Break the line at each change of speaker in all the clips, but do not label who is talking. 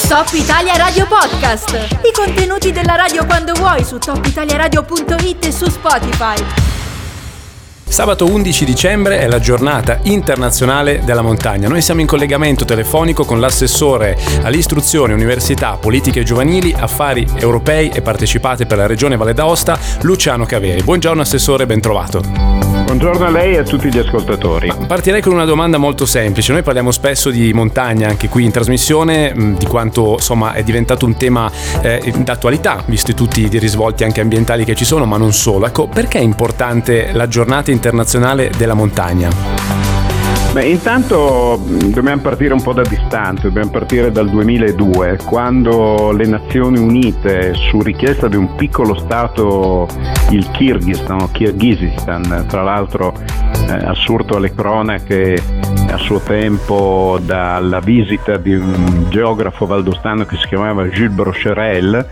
Top Italia Radio Podcast. I contenuti della radio quando vuoi su topitaliaradio.it e su Spotify.
Sabato 11 dicembre è la giornata internazionale della montagna. Noi siamo in collegamento telefonico con l'assessore all'istruzione, università, politiche giovanili, affari europei e partecipate per la regione Valle d'Aosta, Luciano Caveri. Buongiorno assessore, ben trovato.
Buongiorno a lei e a tutti gli ascoltatori.
Partirei con una domanda molto semplice. Noi parliamo spesso di montagna anche qui in trasmissione, di quanto insomma è diventato un tema d'attualità, visti tutti i risvolti anche ambientali che ci sono, ma non solo. Ecco, perché è importante la giornata internazionale della montagna?
Beh, intanto dobbiamo partire un po' da distante, dobbiamo partire dal 2002, quando le Nazioni Unite, su richiesta di un piccolo stato, il Kirghizistan, tra l'altro assurdo alle cronache a suo tempo dalla visita di un geografo valdostano che si chiamava Jules Brocherel,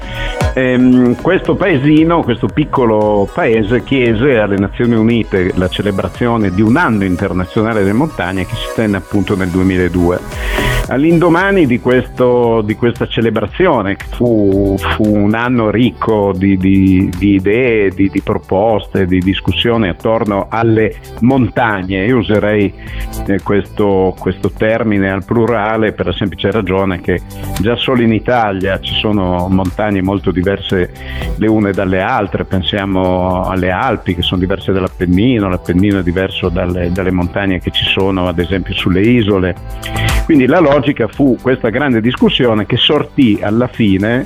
questo paesino, questo piccolo paese, chiese alle Nazioni Unite la celebrazione di un anno internazionale delle montagne che si tenne appunto nel 2002. All'indomani di questa celebrazione, che fu un anno ricco di idee, di proposte, di discussione attorno alle montagne, io userei questo termine al plurale per la semplice ragione che già solo in Italia ci sono montagne molto diverse le une dalle altre. Pensiamo alle Alpi, che sono diverse dall'Appennino, l'Appennino è diverso dalle montagne che ci sono ad esempio sulle isole. Quindi la logica fu questa grande discussione che sortì alla fine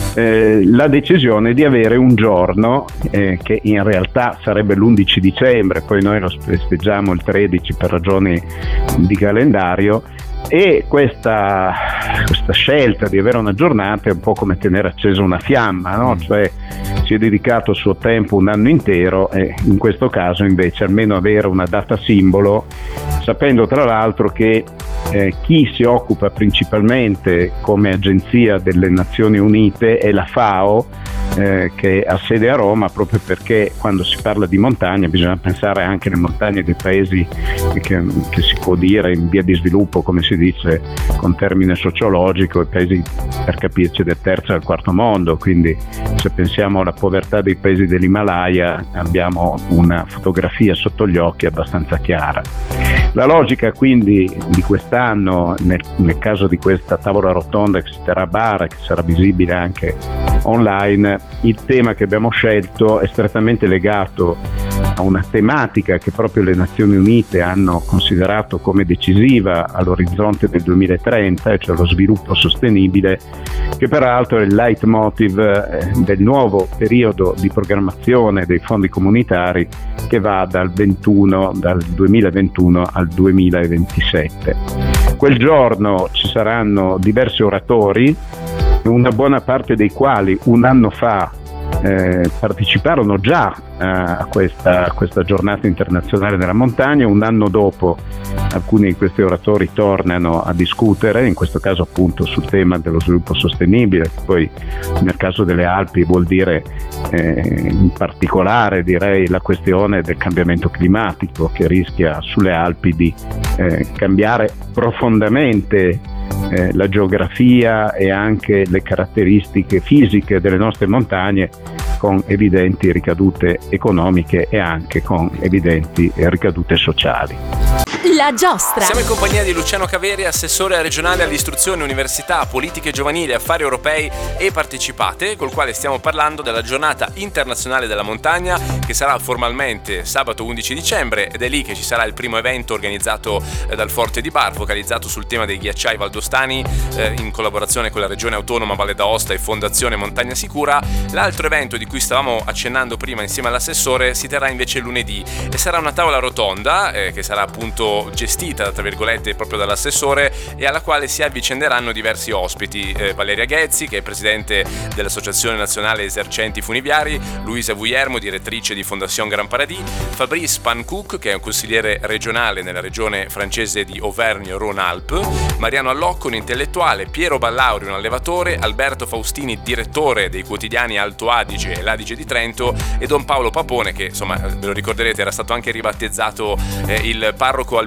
la decisione di avere un giorno che in realtà sarebbe l'11 dicembre, poi noi lo festeggiamo il 13 per ragioni di calendario, e questa scelta di avere una giornata è un po' come tenere accesa una fiamma, no? Cioè si è dedicato il suo tempo un anno intero, e in questo caso invece almeno avere una data simbolo, sapendo tra l'altro che chi si occupa principalmente come agenzia delle Nazioni Unite è la FAO, che ha sede a Roma, proprio perché quando si parla di montagna bisogna pensare anche alle montagne dei paesi che si può dire in via di sviluppo, come si dice con termine sociologico, i paesi, per capirci, del terzo e del quarto mondo. Quindi se pensiamo alla povertà dei paesi dell'Himalaya abbiamo una fotografia sotto gli occhi abbastanza chiara. La logica quindi di quest'anno, nel caso di questa tavola rotonda che si terrà a Bara, che sarà visibile anche online, il tema che abbiamo scelto è strettamente legato a una tematica che proprio le Nazioni Unite hanno considerato come decisiva all'orizzonte del 2030, cioè lo sviluppo sostenibile, che peraltro è il leitmotiv del nuovo periodo di programmazione dei fondi comunitari che va dal 2021 al 2027. Quel giorno ci saranno diversi oratori, una buona parte dei quali un anno fa parteciparono già a questa giornata internazionale della montagna. Un anno dopo alcuni di questi oratori tornano a discutere, in questo caso appunto sul tema dello sviluppo sostenibile, che poi nel caso delle Alpi vuol dire in particolare direi la questione del cambiamento climatico, che rischia sulle Alpi di cambiare profondamente la geografia e anche le caratteristiche fisiche delle nostre montagne, con evidenti ricadute economiche e anche con evidenti ricadute sociali.
La giostra.
Siamo in compagnia di Luciano Caveri, assessore regionale all'istruzione, università, politiche giovanili, affari europei e partecipate, col quale stiamo parlando della giornata internazionale della montagna, che sarà formalmente sabato 11 dicembre, ed è lì che ci sarà il primo evento organizzato dal Forte di Bar, focalizzato sul tema dei ghiacciai valdostani, in collaborazione con la Regione Autonoma Valle d'Aosta e Fondazione Montagna Sicura. L'altro evento di cui stavamo accennando prima insieme all'assessore si terrà invece lunedì e sarà una tavola rotonda che sarà appunto gestita tra virgolette proprio dall'assessore, e alla quale si avvicenderanno diversi ospiti: Valeria Ghezzi, che è presidente dell'Associazione Nazionale Esercenti Funiviari, Luisa Guillermo, direttrice di Fondation Grand Paradis, Fabrice Pancook, che è un consigliere regionale nella regione francese di Auvergne-Rhône-Alpes, Mariano Allocco, un intellettuale, Piero Ballauri, un allevatore, Alberto Faustini, direttore dei quotidiani Alto Adige e l'Adige di Trento, e Don Paolo Papone, che insomma ve lo ricorderete era stato anche ribattezzato il parroco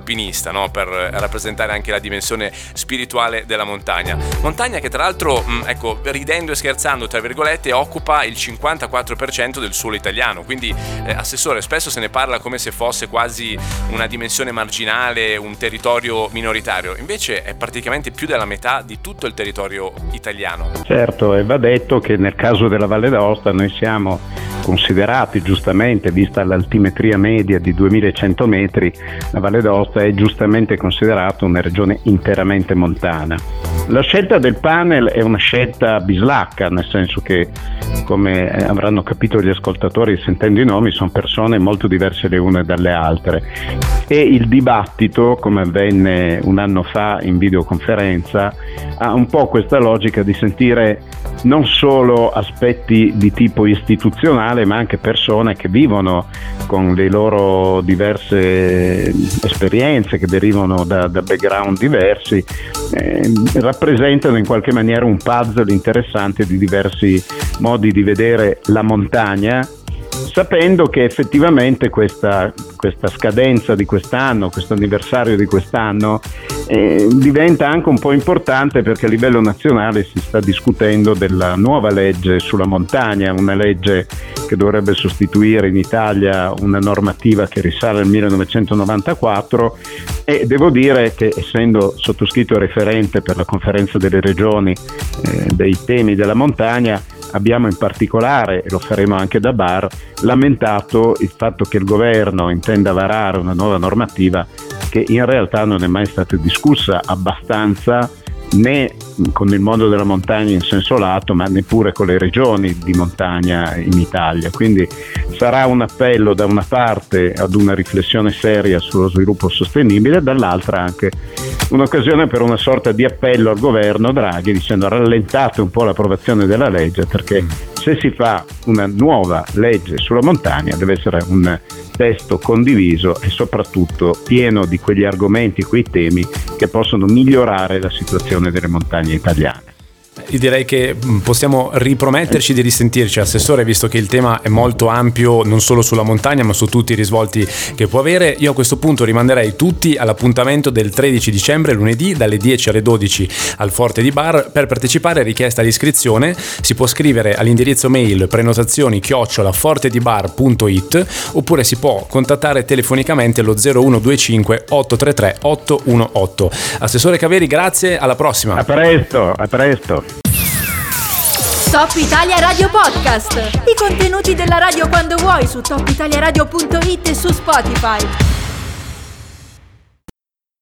alpinista, no? Per rappresentare anche la dimensione spirituale della montagna che tra l'altro, ecco, ridendo e scherzando tra virgolette, occupa il 54% del suolo italiano, quindi assessore, spesso se ne parla come se fosse quasi una dimensione marginale, un territorio minoritario, invece è praticamente più della metà di tutto il territorio italiano.
Certo, e va detto che nel caso della Valle d'Aosta noi siamo considerati giustamente, vista l'altimetria media di 2100 metri, la Valle d'Aosta è giustamente considerata una regione interamente montana. La scelta del panel è una scelta bislacca, nel senso che, come avranno capito gli ascoltatori sentendo i nomi, sono persone molto diverse le une dalle altre, e il dibattito, come avvenne un anno fa in videoconferenza, ha un po' questa logica di sentire non solo aspetti di tipo istituzionale, ma anche persone che vivono con le loro diverse esperienze, che derivano da background diversi, rappresentano in qualche maniera un puzzle interessante di diversi modi di vedere la montagna, sapendo che effettivamente questa scadenza di quest'anno, questo anniversario di quest'anno, diventa anche un po' importante, perché a livello nazionale si sta discutendo della nuova legge sulla montagna, una legge che dovrebbe sostituire in Italia una normativa che risale al 1994, e devo dire che, essendo sottoscritto referente per la conferenza delle regioni dei temi della montagna, abbiamo in particolare, e lo faremo anche da Bar, lamentato il fatto che il governo intenda varare una nuova normativa che in realtà non è mai stata discussa abbastanza, né con il mondo della montagna in senso lato, ma neppure con le regioni di montagna in Italia. Quindi sarà un appello da una parte ad una riflessione seria sullo sviluppo sostenibile, dall'altra anche un'occasione per una sorta di appello al governo Draghi, dicendo: rallentate un po' l'approvazione della legge, perché se si fa una nuova legge sulla montagna deve essere un testo condiviso e soprattutto pieno di quegli argomenti, quei temi che possono migliorare la situazione delle montagne italiane.
Io direi che possiamo riprometterci di risentirci, assessore, visto che il tema è molto ampio, non solo sulla montagna ma su tutti i risvolti che può avere. Io a questo punto rimanderei tutti all'appuntamento del 13 dicembre, lunedì, dalle 10 alle 12 al Forte di Bar. Per partecipare è richiesta l'iscrizione, si può scrivere all'indirizzo mail prenotazioni@fortedibar.it, oppure si può contattare telefonicamente allo 0125 833 818. Assessore Caveri, grazie, alla prossima.
A presto.
Top Italia Radio Podcast. I contenuti della radio quando vuoi su topitaliaradio.it e su Spotify.